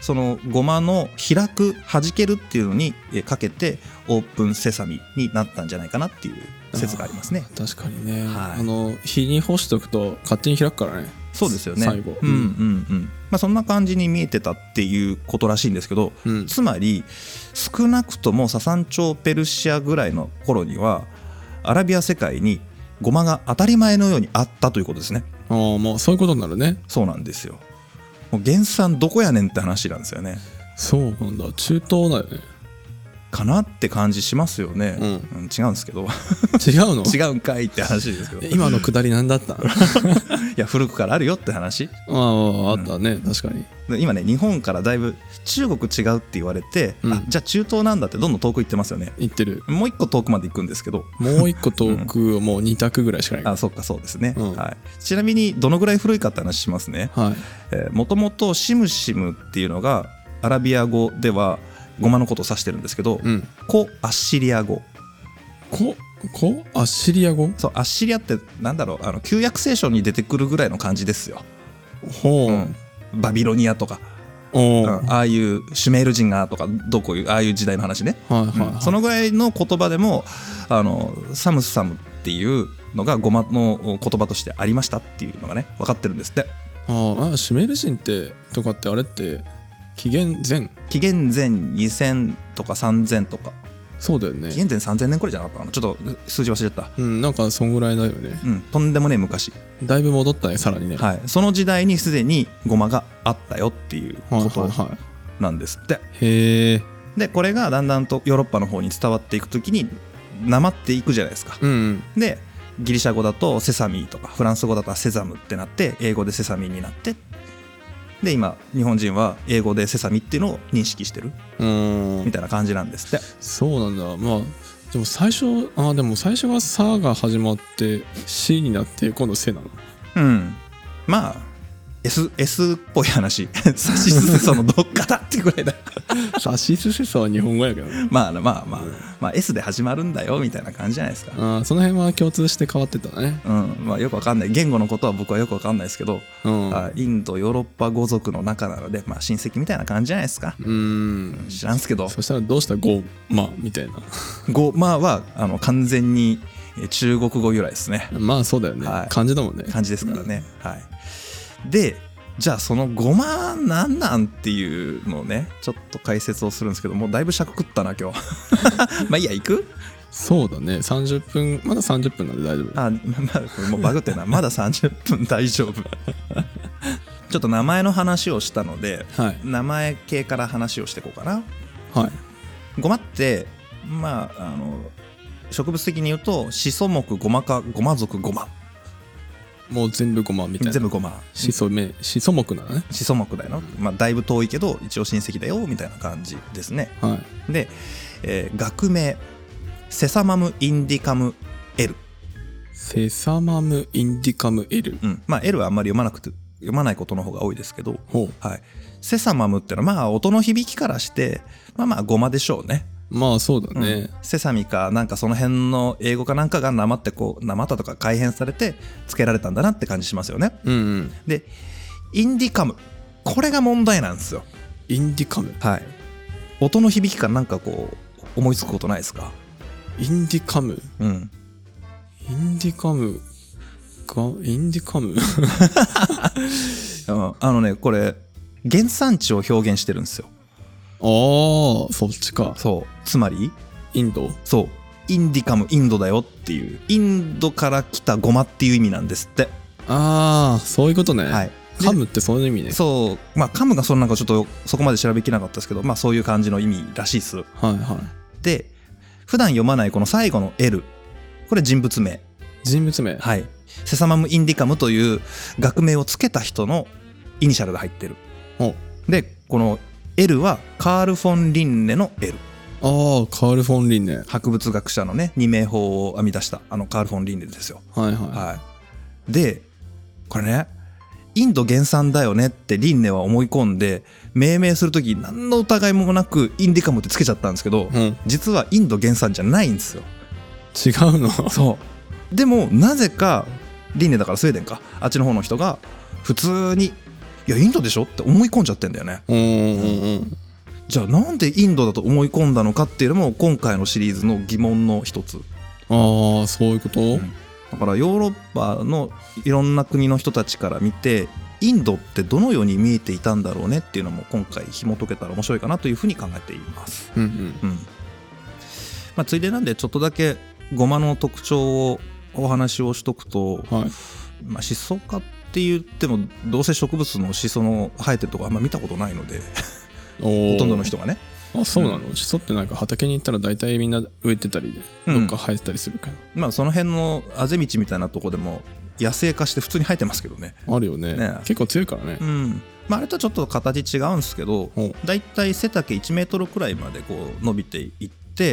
そのごまの開く弾けるっていうのにかけてオープンセサミになったんじゃないかなっていう説がありますね。 確かにね、 はい、 あの火に干しとくと勝手に開くからね。 そうですよね、 最後、 うんうんうんまあ、そんな感じに見えてたっていうことらしいんですけど、うん、つまり少なくともササン朝ペルシアぐらいの頃にはアラビア世界にゴマが当たり前のようにあったということですね。 ああ、まあそういうことになるね。 そうなんですよ。もう原産どこやねんって話なんですよね。 そうなんだ、中東だよねかなって感じしますよね、うんうん、違うんですけど違うの違うんかいって話ですけど今のくだり何だったいや古くからあるよって話。 ああ、あったね、うん、確かに。 今ね日本からだいぶ中国違うって言われて、うん、あじゃあ中東なんだってどんどん遠く行ってますよね。 行ってる。 もう一個遠くまで行くんですけど、 もう一個遠くもうに択ぐらいしかない、 うん、あそっかそうですね、うんはい、ちなみにどのぐらい古いかって話しますね。もともとシムシムっていうのがアラビア語ではゴマのことを指してるんですけど、うん、コアッシリア語。 ココアッシリア語。 そう、アッシリアってなんだろう、あの旧約聖書に出てくるぐらいの感じですよ。 ほう、うん、 バビロニアとか、うん、ああいうシュメール人がとかどこいうああいう時代の話ね、はいはいはいうん、そのぐらいの言葉でもあのサムサムっていうのがゴマの言葉としてありましたっていうのがね分かってるんですって。 ああ、シュメール人ってとかってあれって紀元前紀元前にせんとかさんぜんとか。 そうだよね。 紀元前さんぜんねんくらいじゃなかったかな、ちょっと数字忘れちゃった。 うんなんかそんぐらいだよね。 うんとんでもねえ昔。 だいぶ戻ったねさらにね。 はい、その時代にすでにゴマがあったよっていうことなんですって、はいはいはい、へえ。でこれがだんだんとヨーロッパの方に伝わっていくときになまっていくじゃないですか、うんうん、でギリシャ語だとセサミとかフランス語だとセザムってなって英語でセサミになって、で今日本人は英語でセサミっていうのを認識してるみたいな感じなんですって。 そうなんだ。まあでも最初あでも最初はサが始まって C になって今度セなの。 うんまあ S, S っぽい話サシスセソのどっかだってぐらいだサシスセソは日本語やけどね。 まあまあまあ、うん、まあ S で始まるんだよみたいな感じじゃないですか。 あその辺は共通して変わってたね。 うんまあよくわかんない言語のことは僕はよくわかんないですけど、うん、あインドヨーロッパ語族の中なのでまあ親戚みたいな感じじゃないですか。うん知らんすけど。 そしたらどうしたゴマみたいなゴマはあの完全に中国語由来ですね。 まあそうだよね、はい、漢字だもんね。 漢字ですからね、うん、はい。でじゃあそのゴマなんなんっていうのをねちょっと解説をするんですけどもうだいぶ尺食ったな今日まあいいや行く。 そうだねさんじゅっぷんまださんじゅっぷんなんで大丈夫。 あ、まあ、もうバグってるなまださんじゅっぷん大丈夫ちょっと名前の話をしたので、はい、名前系から話をしていこうかな。はい。ゴマってまああの植物的に言うとシソ目ゴマ科ゴマ属ゴマ。 もう全部ゴマみたいな。 全部ゴマ。 シソ目シソ目なのね。 シソ目だよ、うん、まあだいぶ遠いけど一応親戚だよみたいな感じですね。はい、で、えー、学名セサマムインディカム L。 セサマムインディカム L。 うん。まあ L はあんまり読まなくて読まないことの方が多いですけど、はい。セサマムってのはまあ音の響きからしてまあまあゴマでしょうね。 まあそうだね、うん、 セサミかなんかその辺の英語かなんかがなまってこうなまったとか改変されて付けられたんだなって感じしますよね。うんうん、でインディカムこれが問題なんですよ。 インディカム。 はい。音の響きからなんかこう思いつくことないですか。 インディカム。 うん。 インディカムがインディカムあのねこれ原産地を表現してるんですよ。 ああそっちか。 そうつまりインド。 そうインディカムインドだよっていうインドから来たゴマっていう意味なんですって。 ああそういうことね。はい。カムってそういう意味ね。 そうまあカムがそのなんかちょっとそこまで調べきれなかったですけどまあそういう感じの意味らしいっす。はいはい。で普段読まないこの最後の L これ人物名。 人物名。 はい。セサマムインディカムという学名をつけた人のイニシャルが入ってる。でこの L はカール・フォン・リンネの L。 ああカール・フォン・リンネ博物学者のね二名法を編み出したあのカール・フォン・リンネですよ。はいはい、はい、でこれねインド原産だよねってリンネは思い込んで命名するとき何の疑いもなくインディカムってつけちゃったんですけど、うん、実はインド原産じゃないんですよ。 違うの。 そうでもなぜかリンネだからスウェーデンかあっちの方の人が普通にいやインドでしょって思い込んじゃってんだよね。 うんうんうん、 じゃあなんでインドだと思い込んだのかっていうのも今回のシリーズの疑問の一つ。 ああそういうこと、うん、 だからヨーロッパのいろんな国の人たちから見てインドってどのように見えていたんだろうねっていうのも今回紐解けたら面白いかなというふうに考えています、うんうんうんまあ、ついでなんでちょっとだけゴマの特徴をお話をしとくと、はいまあ、シソ科って言ってもどうせ植物のシソの生えてるとこあんま見たことないのでほとんどの人がね。 あそうなの、うん、シソってなんか畑に行ったら大体みんな植えてたりでどっか生えてたりするから、 うん、まあその辺のあぜ道みたいなとこでも野生化して普通に生えてますけどね。 あるよ ね, ね結構強いからね、 うんまあ、あれとはちょっと形違うんですけどだいたい背丈いちメートルくらいまでこう伸びていって、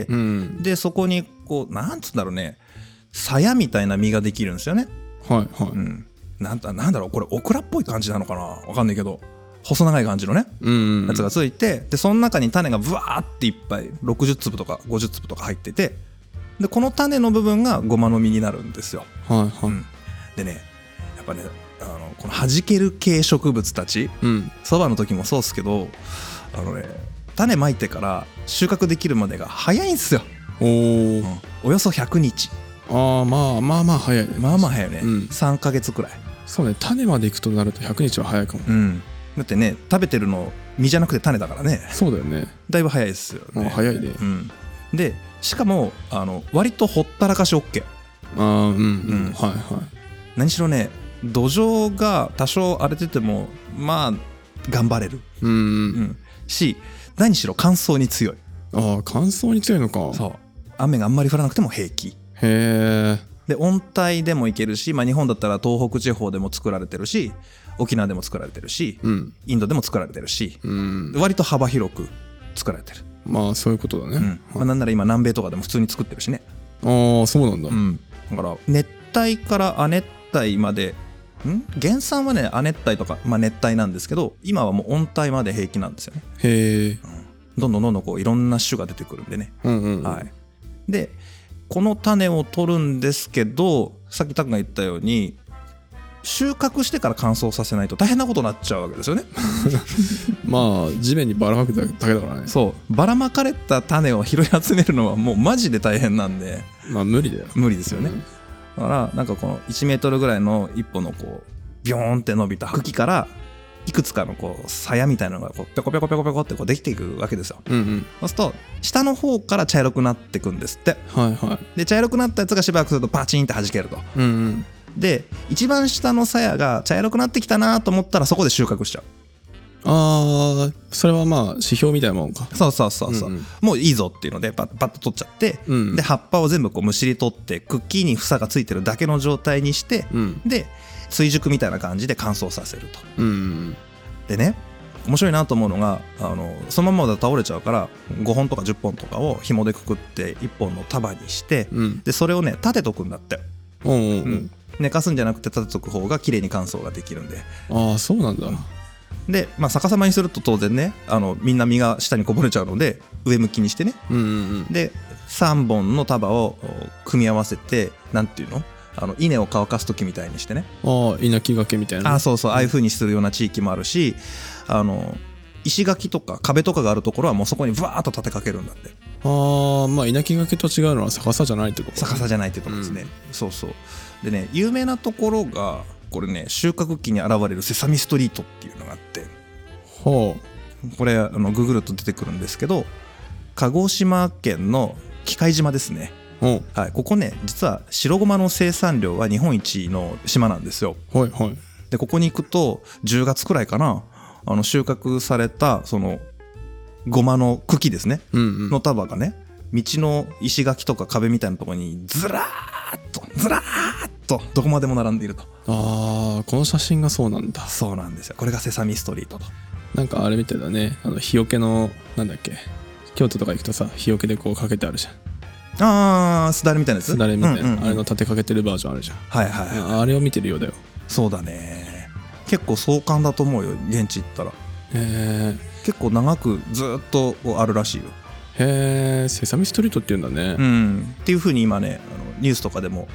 うん、でそこにこうなんつうんだろうね鞘みたいな実ができるんですよね。 はいはい、 うん、なんだなんだろうこれオクラっぽい感じなのかなわかんないけど細長い感じのね、うんうんうん、やつがついてでその中に種がブワーっていっぱいろくじゅっつぶとかごじゅっつぶとか入っててでこの種の部分がゴマの実になるんですよ。 はいはい、 うんでねやっぱねあのこの弾ける系植物たちそば、うん、の時もそうですけどあのね種まいてから収穫できるまでが早いんですよ。お、うん、およそひゃくにち。 あまあまあまあ早いね。 まあまあ早いね、うん、さんかげつくらい。 そうね種までいくとなるとひゃくにちは早いかも、 うん、だってね食べてるの実じゃなくて種だからね。 そうだよねだいぶ早いですよね。 あ早いね、 うん、でしかもあの割とほったらかし OK。 ああうんうん、うん、はいはい。 何しろね土壌が多少荒れててもまあ頑張れる、うんうんうん、し何しろ乾燥に強い。 ああ乾燥に強いのか。 そう雨があんまり降らなくても平気。 へえ。 で温帯でもいけるし、まあ、日本だったら東北地方でも作られてるし沖縄でも作られてるし、うん、インドでも作られてるし、うん、割と幅広く作られてる。 まあそういうことだね、うんまあ、なんなら今南米とかでも普通に作ってるしね。 ああそうなんだ、うん、 だから熱帯から亜熱帯までん原産はね亜熱帯とか、まあ、熱帯なんですけど今はもう温帯まで平気なんですよね。 へえ、うん、 どんどんどんどんこういろんな種が出てくるんでね、 うんうんうん、 はい、でこの種を取るんですけどさっきタクが言ったように収穫してから乾燥させないと大変なことになっちゃうわけですよねまあ地面にばらまくだけだからね。 そうばらまかれた種を拾い集めるのはもうマジで大変なんでまあ無理だよ。 無理ですよね、うん、だからなんかこのいちメートルぐらいの一本のこうビョーンって伸びた茎からいくつかのこう鞘みたいなのがこうペコペコペコペコってこうできていくわけですよ、うんうん、そうすると下の方から茶色くなっていくんですって、 はいはい、 で茶色くなったやつがしばらくするとパチンって弾けると、うんうん、で一番下の鞘が茶色くなってきたなと思ったらそこで収穫しちゃう。 ああそれはまあ指標みたいなもんか。 そうそうそうそう、うんうん、もういいぞっていうのでパッパッと取っちゃって、うん、で葉っぱを全部こうむしり取って茎に房がついてるだけの状態にして、うん、で追熟みたいな感じで乾燥させると、うんうん、でね面白いなと思うのがあのそのままだと倒れちゃうからごほんとかじゅっぽんとかを紐でくくっていっぽんの束にして、うん、でそれをね立てとくんだって、うんうんうんうん、寝かすんじゃなくて立てとく方が綺麗に乾燥ができるんで。 ああそうなんだ。 で、まあ、逆さまにすると当然ねあのみんな実が下にこぼれちゃうので上向きにしてね、うんうんうん、でさんぼんの束を組み合わせてなんていうのあの稲を乾かす時みたいにしてね。 ああ稲木掛けみたいな。 あそうそうああいう風にするような地域もあるしあの石垣とか壁とかがあるところはもうそこにブワーッと立てかけるんだって。 ああまあ稲木掛けと違うのは逆さじゃないってこと、ね、 逆さじゃないってことですね、うん、そうそうでね有名なところがこれね収穫期に現れるセサミストリートっていうのがあって、 はあ、これあのググると出てくるんですけど鹿児島県の喜界島ですね。はい、ここね実は白ごまの生産量は日本一の島なんですよ。 はいはい、 でここに行くとじゅうがつくらいかなあの収穫されたそのごまの茎ですね、うんうん、の束がね道の石垣とか壁みたいなところにずらーっとずらーっとどこまでも並んでいると。 ああこの写真がそうなんだ。 そうなんですよ。これがセサミストリートと。 なんかあれみたいだねあの日よけのなんだっけ京都とか行くとさ日よけでこうかけてあるじゃん。 あーすだれみたいなやつすだれみたいな、うんうんうん、あれの立てかけてるバージョンあるじゃん。 はいはい、はい、 あれを見てるようだよ。 そうだね結構壮観だと思うよ現地行ったら。 へえ結構長くずっとあるらしいよ。 へえセサミストリートっていうんだね、 うん、っていう風に今ねあのニュースとかでも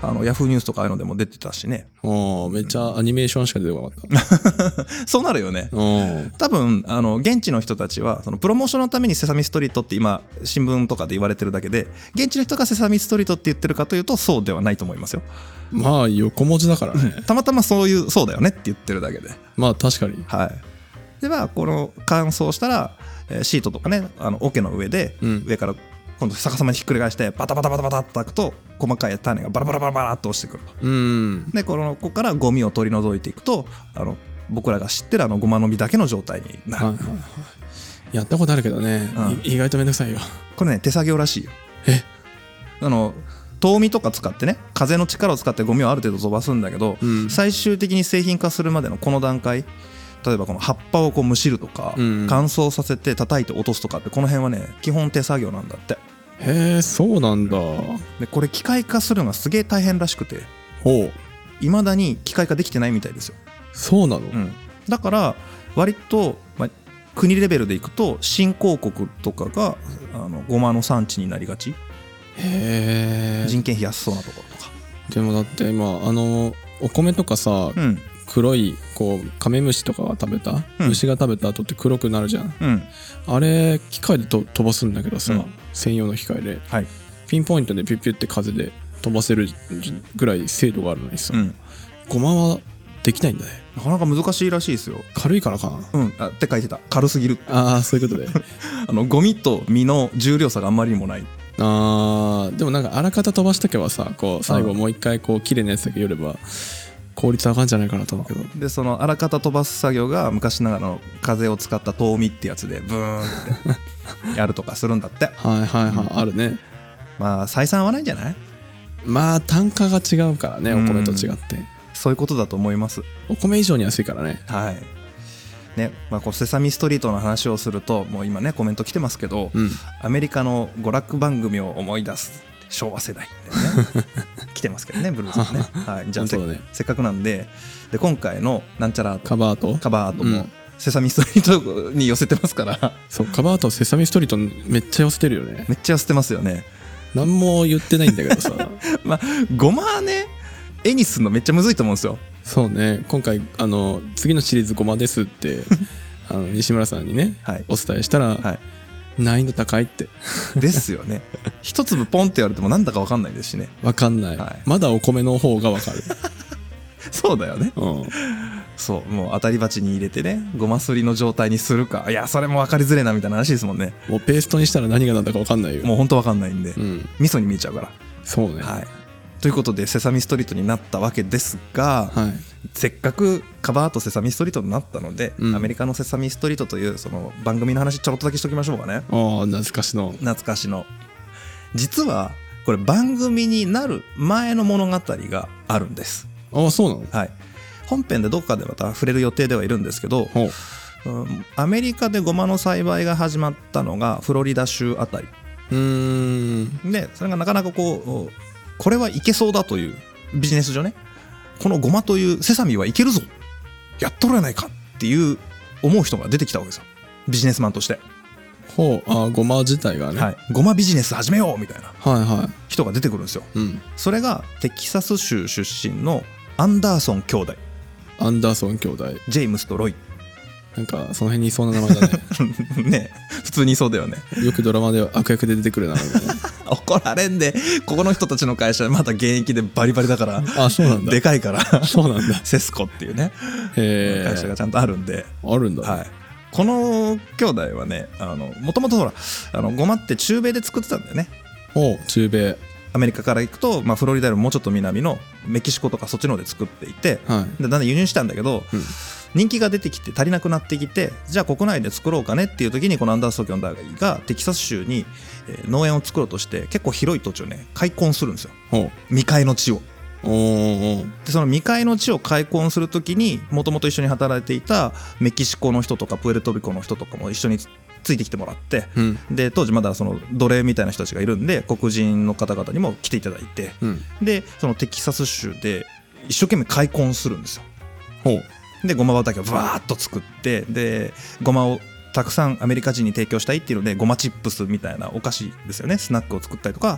あのヤフーニュースとかああいうのでも出てたしね。 ああ、めっちゃアニメーションしか出てこなかった。 そうなるよね。多分あの現地の人たちはそのプロモーションのためにセサミストリートって今新聞とかで言われてるだけで、現地の人がセサミストリートって言ってるかというとそうではないと思いますよ。 まあ横文字だからね。 たまたまそういうそうだよねって言ってるだけで。 まあ確かに。 はい。ではこの乾燥したらシートとかね、あの桶の上で上から今度逆さまにひっくり返してバタバタバタバタって叩くと細かい種がバラバラバラバラっと落ちてくると。うん。でこのここからゴミを取り除いていくと、あの僕らが知ってるあのゴマの実だけの状態になる。はいはいはい。 やったことあるけどね、うん、意外とめんどくさいよ。 これね手作業らしいよ。 え？ あの遠見とか使ってね、風の力を使ってゴミをある程度飛ばすんだけど、うん、最終的に製品化するまでのこの段階、例えばこの葉っぱをこうむしるとか、うん、乾燥させて叩いて落とすとかってこの辺はね基本手作業なんだって。 へえ、そうなんだ。 でこれ機械化するのがすげえ大変らしくて、ほう、未だに機械化できてないみたいですよ。 そうなの？うん、 だから割と、まあ、国レベルでいくと新興国とかがあのゴマの産地になりがち。 へえ。 人件費安そうなところとか。 でもだって今あのお米とかさ、うん、黒いこうカメムシとかが食べた、うん、虫が食べた後って黒くなるじゃん、うん、あれ機械でと飛ばすんだけどさ、うん、専用の機械で、はい、ピンポイントでピュッピュッて風で飛ばせるぐらい精度があるのにさ、うん、ゴマはできないんだね。 なかなか難しいらしいですよ。 軽いからかな。 うんあって書いてた。軽すぎる。 ああ、そういうことであのゴミと実の重量差があんまりにもない。 あー、でもなんかあらかた飛ばしとけばさ、こう最後もう一回こう綺麗なやつだけ寄れば効率上がるんじゃないかなと思うけど。 でそのあらかた飛ばす作業が昔ながらの風を使った遠見ってやつでブーンってやるとかするんだってはいはいはい、うん、あるね。 まあ採算はないんじゃない？ まあ単価が違うからね、お米と違って、うん、 そういうことだと思います。 お米以上に安いからね。 はいね、まあ、こうセサミストリートの話をするともう今ねコメント来てますけど、うん、アメリカの娯楽番組を思い出す昭和世代でね来てますけどね、ブルースねはい、じゃあ せ,、ね、せっかくなんで、で今回のなんちゃらカバーアートカバーアートも、うん、セサミストリートに寄せてますから。 そう、カバーアートセサミストリートめっちゃ寄せてるよね。 めっちゃ寄せてますよね。 何も言ってないんだけどさまあごまね絵にするのめっちゃむずいと思うんですよ。 そうね、今回あの次のシリーズごまですってあの西村さんにね、はい、お伝えしたら、はい、難易度高いってですよね。一粒ポンって言われてもなんだか分かんないですしね。 分かんない、はい、まだお米の方が分かるそうだよね、うん、そうもう当たり鉢に入れてねごますりの状態にするか、いやそれも分かりづれなみたいな話ですもんね。 もうペーストにしたら何がなんだか分かんないよ。 もうほんと分かんないんで、うん、味噌に見えちゃうから。 そうね、 はい、ということでセサミストリートになったわけですが、はい、せっかくカバーアートセサミストリートになったので、うん、アメリカのセサミストリートというその番組の話ちょろっとだけしときましょうかね。 ああ、懐かしの懐かしの実はこれ番組になる前の物語があるんです。 ああ、そうなの。 はい、本編でどこかでまた触れる予定ではいるんですけど、うん、アメリカでゴマの栽培が始まったのがフロリダ州あたり。うーんでそれがなかなかこうこれはいけそうだというビジネス上ね、このゴマというセサミはいけるぞ、やっとるやないかっていう思う人が出てきたわけですよ、ビジネスマンとして。 ほう、あ、ゴマ自体がね、 はい、ゴマビジネス始めようみたいな人が出てくるんですよ、 はいはい、うん、 それがテキサス州出身のアンダーソン兄弟。 アンダーソン兄弟、 ジェームスとロイ。 なんかその辺にいそうな名前だねね、普通にいそうだよね。 よくドラマで悪役で出てくるなみたいな怒られんで、ここの人たちの会社まだ現役でバリバリだから。 あ、そうなんだ。 でかいからそうなんだ。 セスコっていうね会社がちゃんとあるんで。 あるんだ、ね、 はい。この兄弟はね、あのもともとほらあのゴマって中米で作ってたんだよね。 おう、中米。 アメリカから行くと、まあ、フロリダよりもうちょっと南のメキシコとかそっちの方で作っていて、はい、でだんだん輸入したんだけど、うん、人気が出てきて足りなくなってきて、じゃあ国内で作ろうかねっていう時にこのアンダーソン兄弟がテキサス州に農園を作ろうとして結構広い土地をね開墾するんですよ、未開の地を。おー、でその未開の地を開墾する時にもともと一緒に働いていたメキシコの人とかプエルトリコの人とかも一緒についてきてもらって、うん、で当時まだその奴隷みたいな人たちがいるんで黒人の方々にも来ていただいて、うん、でそのテキサス州で一生懸命開墾するんですよ。ほうでゴマ畑をバーッと作って、でゴマをたくさんアメリカ人に提供したいっていうのでゴマチップスみたいなお菓子ですよね、スナックを作ったりとか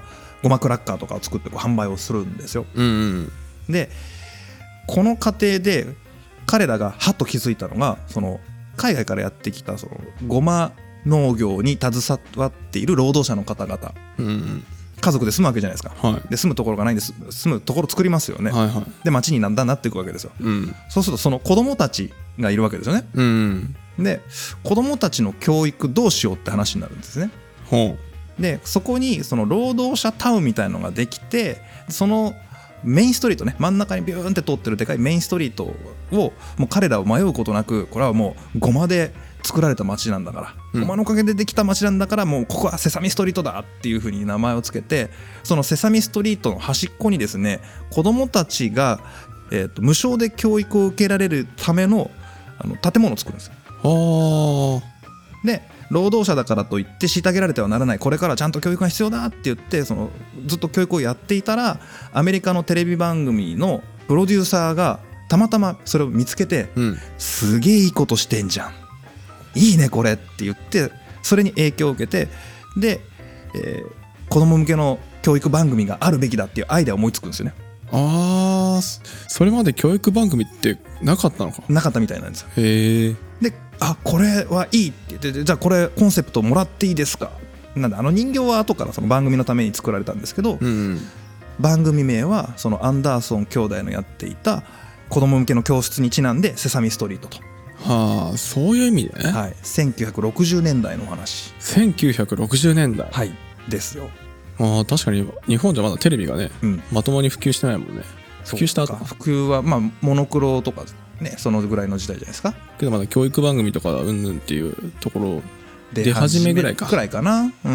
ごまクラッカーとかを作ってこう販売をするんですよ、 うんうん、でこの過程で彼らがはっと気づいたのが、その海外からやってきたそのごま農業に携わっている労働者の方々、うんうん、家族で住むわけじゃないですか、はい、で住むところがないんです、住むところ作りますよね、はいはい、で町にだんだんなっていくわけですよ、うん、そうするとその子供たちがいるわけですよね、うんうん、で子供たちの教育どうしようって話になるんですね。ほうでそこにその労働者タウンみたいなのができて、そのメインストリートね、真ん中にビューンって通ってるでかいメインストリートをもう彼らを迷うことなく、これはもうゴマで作られた街なんだから、うん、ゴマのおかげでできた街なんだから、もうここはセサミストリートだっていう風に名前をつけて、そのセサミストリートの端っこにですね、子どもたちが、えーと、無償で教育を受けられるための、あの建物を作るんですよ。あで労働者だからといって虐げられてはならない、これからちゃんと教育が必要だって言って、そのずっと教育をやっていたら、アメリカのテレビ番組のプロデューサーがたまたまそれを見つけて、うん、すげえいいことしてんじゃん、いいねこれって言って、それに影響を受けて、で、えー、子供向けの教育番組があるべきだっていうアイデアを思いつくんですよね。 あー、それまで教育番組ってなかったのか。 なかったみたいなんですよ。 へえ。 で、あ、これはいいって言って、じゃあこれコンセプトもらっていいですか。なんであの人形は後からその番組のために作られたんですけど、うんうん、番組名はそのアンダーソン兄弟のやっていた子供向けの教室にちなんでセサミストリートと。 はあ、そういう意味でね。 はい、せんきゅうひゃくろくじゅうねんだいのお話。 せんきゅうひゃくろくじゅうねんだい。 はいですよ。 あ、確かに日本じゃまだテレビがね、うん、まともに普及してないもんね。普及した後普及はまあモノクロとかね、そのぐらいの時代じゃないですか。 けどまだ教育番組とかうんぬんっていうところ出始めぐらいかくらいかな。うん。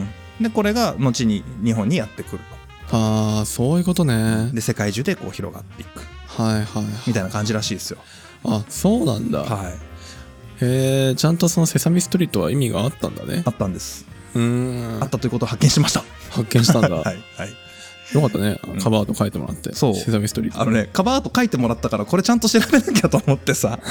でこれが後に日本にやってくると。ああ、そういうことね。 で世界中でこう広がっていく。 はいはい、はい、 みたいな感じらしいですよ。 あ、そうなんだ。はい。へえ、ちゃんとそのセサミストリートは意味があったんだね。 あったんです。うーん。あったということを発見しました。 発見したんだ。はいはい。よかったね、 うん、 カバーアート書いてもらって。そう、セサミストリート、 あのね、カバーアート書いてもらったからこれちゃんと調べなきゃと思ってさ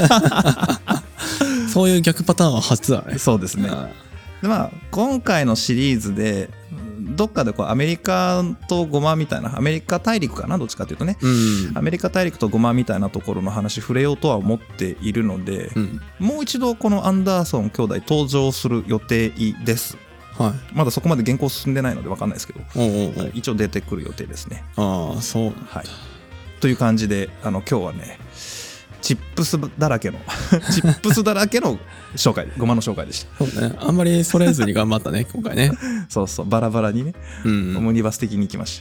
そういう逆パターンは初だね。 そうですね。で、まあ、今回のシリーズでどっかでこうアメリカとゴマみたいな、アメリカ大陸かな、どっちかというとね、うん、アメリカ大陸とゴマみたいなところの話触れようとは思っているので、うん、もう一度このアンダーソン兄弟登場する予定です。はい、まだそこまで原稿進んでないので分かんないですけど、おうおうおう、一応出てくる予定ですね。 ああ、そう、 はい、という感じで、あの今日はねチップスだらけのチップスだらけの紹介、ゴマの紹介でした。 そうね、あんまりそれずに頑張ったね今回ね。 そうそう、バラバラにね、うん、オムニバス的にいきました。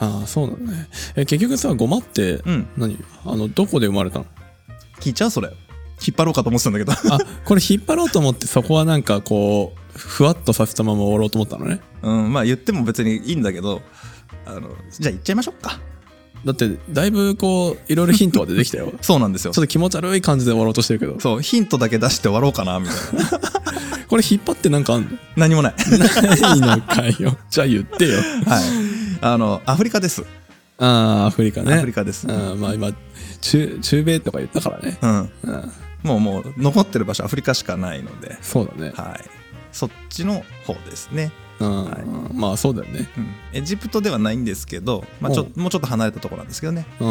ああ、そうなのね。え、結局さ、ゴマって何、うん、あのどこで生まれたの？ 聞いちゃう？それ引っ張ろうかと思ってたんだけどあ、これ引っ張ろうと思ってそこはなんかこうふわっとさせたまま終わろうと思ったのね。 うん、まあ言っても別にいいんだけど、あのじゃあ言っちゃいましょうか。 だってだいぶこういろいろヒントは出てきたよ。 そうなんですよ。 ちょっと気持ち悪い感じで終わろうとしてるけど、 そう、ヒントだけ出して終わろうかなみたいなこれ引っ張ってなんかあんの？ 何もない。 ないのかよ。じゃあ言ってよ。はい、 あのアフリカです。 ああ、アフリカね。 アフリカです。 あ、まあ今中中米とか言ったからね。うん、 うん、もうもう残ってる場所アフリカしかないので。 そうだね。 はい、そっちの方ですね。 はい、まあそうだよね、 うん、エジプトではないんですけど、まあ、ちょもうちょっと離れたところなんですけどね。 うん、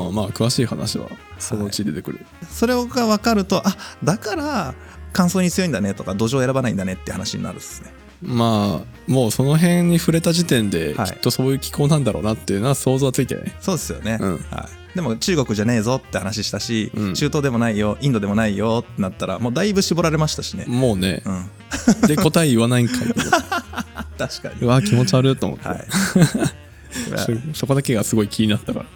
うん、まあ詳しい話はそのうち出てくる、はい、 それが分かると、あ、だから乾燥に強いんだねとか土壌を選ばないんだねって話になるですね。 まあもうその辺に触れた時点できっとそういう気候なんだろうなっていうのは想像はついてない。 そうですよね、うん、はい、でも中国じゃねえぞって話したし、うん、中東でもないよ、インドでもないよってなったらもうだいぶ絞られましたしね。 もうね、うん、で答え言わないんかい確かに。 うわ気持ち悪いと思って、はい、そ, そこだけがすごい気になったから、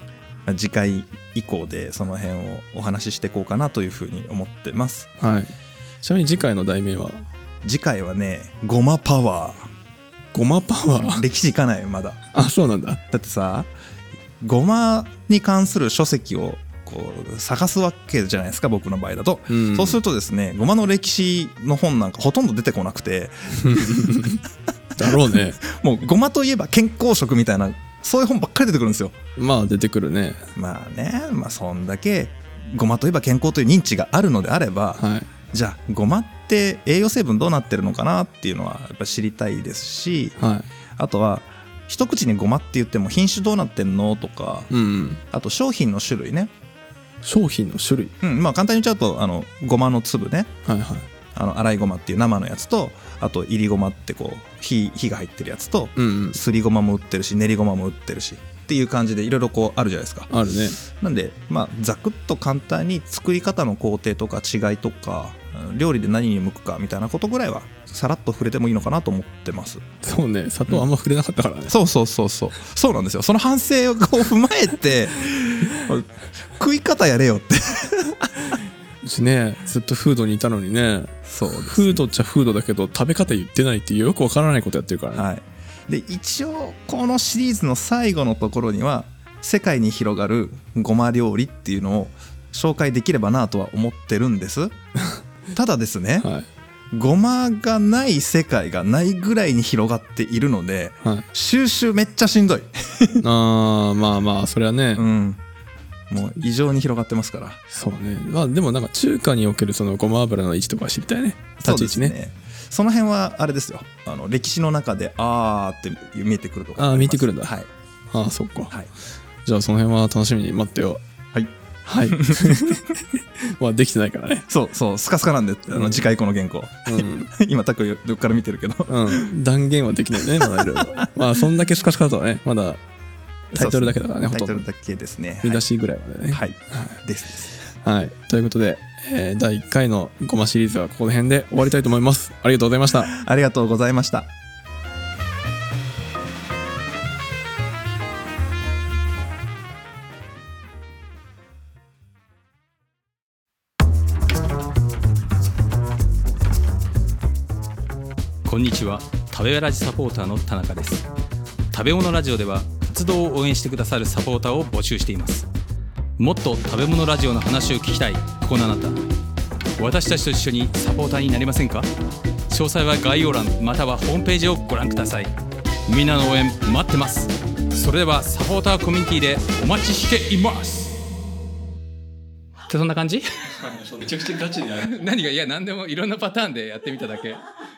次回以降でその辺をお話ししていこうかなというふうに思ってます。 はい。ちなみに次回の題名は？ 次回はね、ゴマパワー。 ゴマパワー？ 歴史いかないよまだ。 あ、そうなんだ。 だってさ、ゴマに関する書籍をこう探すわけじゃないですか、僕の場合だと、うん、そうするとですね、ゴマの歴史の本なんかほとんど出てこなくてだろうね。 もうゴマといえば健康食みたいな、そういう本ばっかり出てくるんですよ。 まあ出てくるね。 まあね、まあそんだけゴマといえば健康という認知があるのであれば、はい、じゃあゴマって栄養成分どうなってるのかなっていうのはやっぱ知りたいですし、はい、あとは一口にごまって言っても品種どうなってんのとか、うんうん、あと商品の種類ね。 商品の種類、 うんまあ、簡単に言っちゃうとあのごまの粒ね、 はいはい、 あの洗いごまっていう生のやつと、あといりごまってこう 火, 火が入ってるやつと、うんうん、すりごまも売ってるし練りごまも売ってるしっていう感じでいろいろこうあるじゃないですか。 あるね。 なんでまあざくっと簡単に作り方の工程とか違いとか料理で何に向くかみたいなことぐらいはさらっと触れてもいいのかなと思ってます。 そうね、砂糖あんま触れなかったからね、 うん、そうそうそうそうそうなんですよ。その反省を踏まえて食い方やれよってうちねずっとフードにいたのにね。 そうですね、 フードっちゃフードだけど食べ方言ってないっていうよくわからないことやってるからね、 はい、で一応このシリーズの最後のところには世界に広がるごま料理っていうのを紹介できればなとは思ってるんですただですね、はい、ごまがない世界がないぐらいに広がっているので、はい、収集めっちゃしんどいあーまあまあそれはね、 うん、もう異常に広がってますから。 そうね。まあでもなんか中華におけるそのごま油の位置とか知りたいね。立ち位置ね。そうですね。 その辺はあれですよ、あの歴史の中であーって見えてくるとか。 ああ見えてくるんだ。 はい。 ああそっか、はい、じゃあその辺は楽しみに待ってよ。 はいはいまあできてないからね。 そうそうスカスカなんで、あの次回以降の原稿、うん、今タクどっから見てるけど、 うん、断言はできないねまだいろいろまあそんだけスカスカだとねまだタイトルだけだからね。ほとんどタイトルだけですね。 見出しぐらいまでね。 はい、はい、ですですはいということで、えー、だいいっかいのごまシリーズはここの辺で終わりたいと思います。ありがとうございました。 ありがとうございました。 こんにちは。食べラジサポーターの田中です。食べ物ラジオでは活動を応援してくださるサポーターを募集しています。もっと食べ物ラジオの話を聞きたいこのあなた、私たちと一緒にサポーターになりませんか？詳細は概要欄またはホームページをご覧ください。みんなの応援待ってます。それではサポーターコミュニティでお待ちしていますってそんな感じ？めちゃくちゃガチにやる何がいや何でもいろんなパターンでやってみただけ